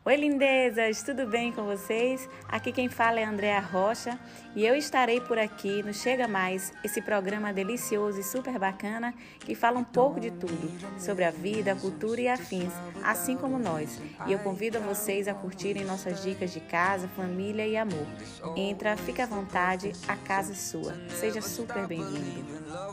Oi, lindezas! Tudo bem com vocês? Aqui quem fala é Andréa Rocha e eu estarei por aqui no Chega Mais, esse programa delicioso e super bacana que fala um pouco de tudo, sobre a vida, a cultura e afins, assim como nós. E eu convido a vocês a curtirem nossas dicas de casa, família e amor. Entra, fica à vontade, a casa é sua. Seja super bem-vindo.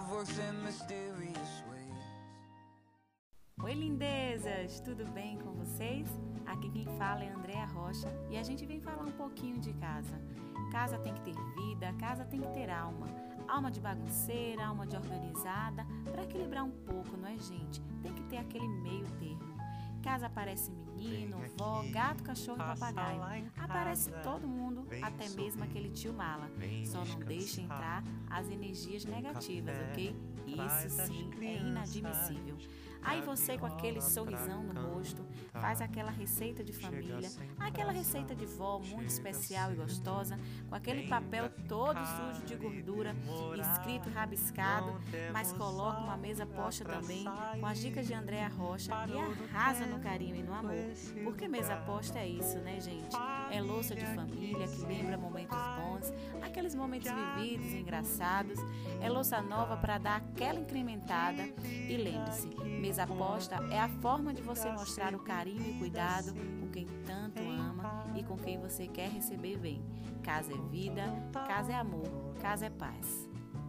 Oi, lindezas! Tudo bem com vocês? Aqui quem fala é Andréa Rocha e a gente vem falar um pouquinho de casa. Casa tem que ter vida, casa tem que ter alma. Alma de bagunceira, alma de organizada, para equilibrar um pouco, não é, gente? Tem que ter aquele meio termo. Casa aparece menino, vó, gato, cachorro e papagaio. Aparece todo mundo, até mesmo aquele tio mala. Só não deixa entrar as energias negativas, ok? Isso sim é inadmissível. Aí você com aquele sorrisão no rosto, faz aquela receita de família, aquela receita de vó muito especial e gostosa, com aquele papel todo sujo de gordura, escrito rabiscado, mas coloca uma mesa posta também, com as dicas de Andréa Rocha e arrasa no carinho e no amor. Porque mesa posta é isso, né, gente? É louça de família que lembra momentos bons, aqueles momentos vividos, engraçados. É louça nova para dar aquela incrementada. E lembre-se, mesa posta é a forma de você mostrar o carinho e cuidado com quem tanto ama e com quem você quer receber bem. Casa é vida, casa é amor, casa é paz.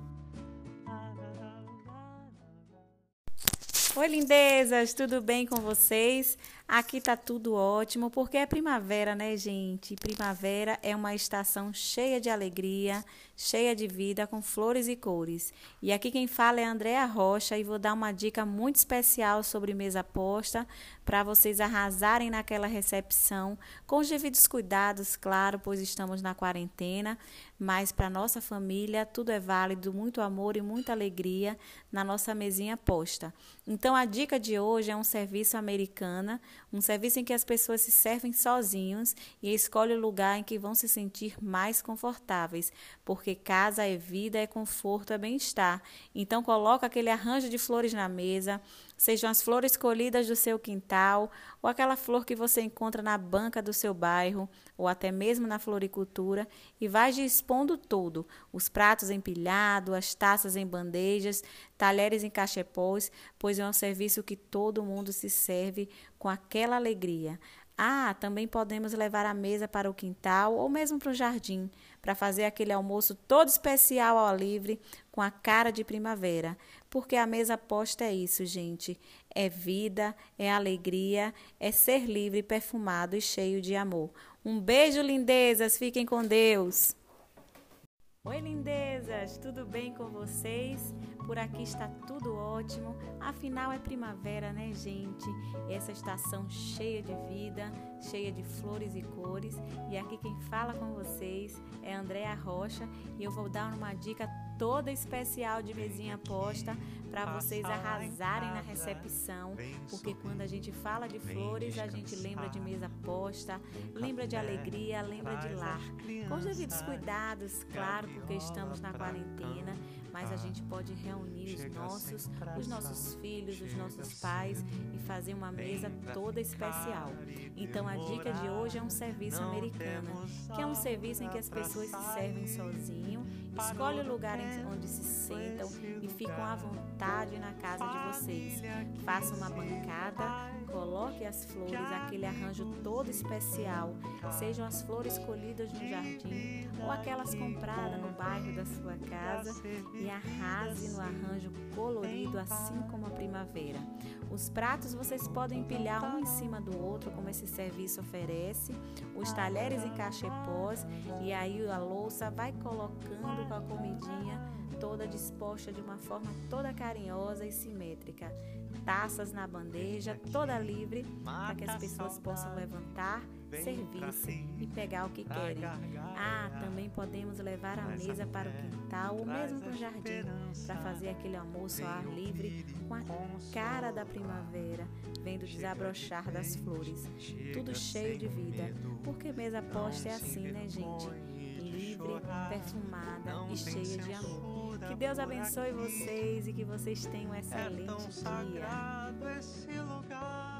Oi, lindezas, tudo bem com vocês? Aqui tá tudo ótimo, porque é primavera, né, gente? Primavera é uma estação cheia de alegria, cheia de vida, com flores e cores. E aqui quem fala é Andréa Rocha e vou dar uma dica muito especial sobre mesa posta para vocês arrasarem naquela recepção, com os devidos cuidados, claro, pois estamos na quarentena, mas para nossa família tudo é válido, muito amor e muita alegria na nossa mesinha posta. Então a dica de hoje é um serviço americana, um serviço em que as pessoas se servem sozinhos e escolhem o lugar em que vão se sentir mais confortáveis, porque casa é vida, é conforto, é bem-estar. Então coloca aquele arranjo de flores na mesa, sejam as flores colhidas do seu quintal ou aquela flor que você encontra na banca do seu bairro ou até mesmo na floricultura e vai dispondo tudo, os pratos empilhados, as taças em bandejas, talheres em cachepôs, pois é um serviço que todo mundo se serve com aquela alegria. Ah, também podemos levar a mesa para o quintal ou mesmo para o jardim, para fazer aquele almoço todo especial ao ar livre, com a cara de primavera. Porque a mesa posta é isso, gente. É vida, é alegria, é ser livre, perfumado e cheio de amor. Um beijo, lindezas. Fiquem com Deus. Oi, lindezas, tudo bem com vocês? Por aqui está tudo ótimo, afinal é primavera, né, gente? Essa estação cheia de vida, cheia de flores e cores. E aqui quem fala com vocês é Andréa Rocha e eu vou dar uma dica toda especial de mesinha posta para vocês arrasarem na recepção, porque quando a gente fala de flores, a gente lembra de mesa posta, lembra de alegria, lembra de lar. Com os devidos cuidados, claro, porque estamos na quarentena, mas a gente pode reunir os nossos filhos, os nossos pais e fazer uma mesa toda especial. Então a dica de hoje é um serviço americano, que é um serviço em que as pessoas se servem sozinho, escolhem o lugar onde se sentam e ficam à vontade na casa de vocês. Faça uma bancada, coloque as flores, aquele arranjo todo especial, sejam as flores colhidas no jardim ou aquelas compradas no bairro da sua casa e arrase no arranjo colorido, assim como a primavera. Os pratos vocês podem empilhar um em cima do outro, como esse serviço oferece, os talheres em cachepós e aí a louça vai colocando com a comidinha toda disposta de uma forma toda carinhosa e simétrica. Taças na bandeja, toda livre, para que as pessoas possam levantar, servir-se e pegar o que querem. Ah, também podemos levar a mesa para o quintal ou mesmo para o jardim, para fazer aquele almoço ao ar livre com a cara da primavera, vendo desabrochar das flores. Tudo cheio de vida, porque mesa posta é assim, né, gente? Livre, perfumada e cheia de amor. Que Deus abençoe vocês e que vocês tenham um excelente dia.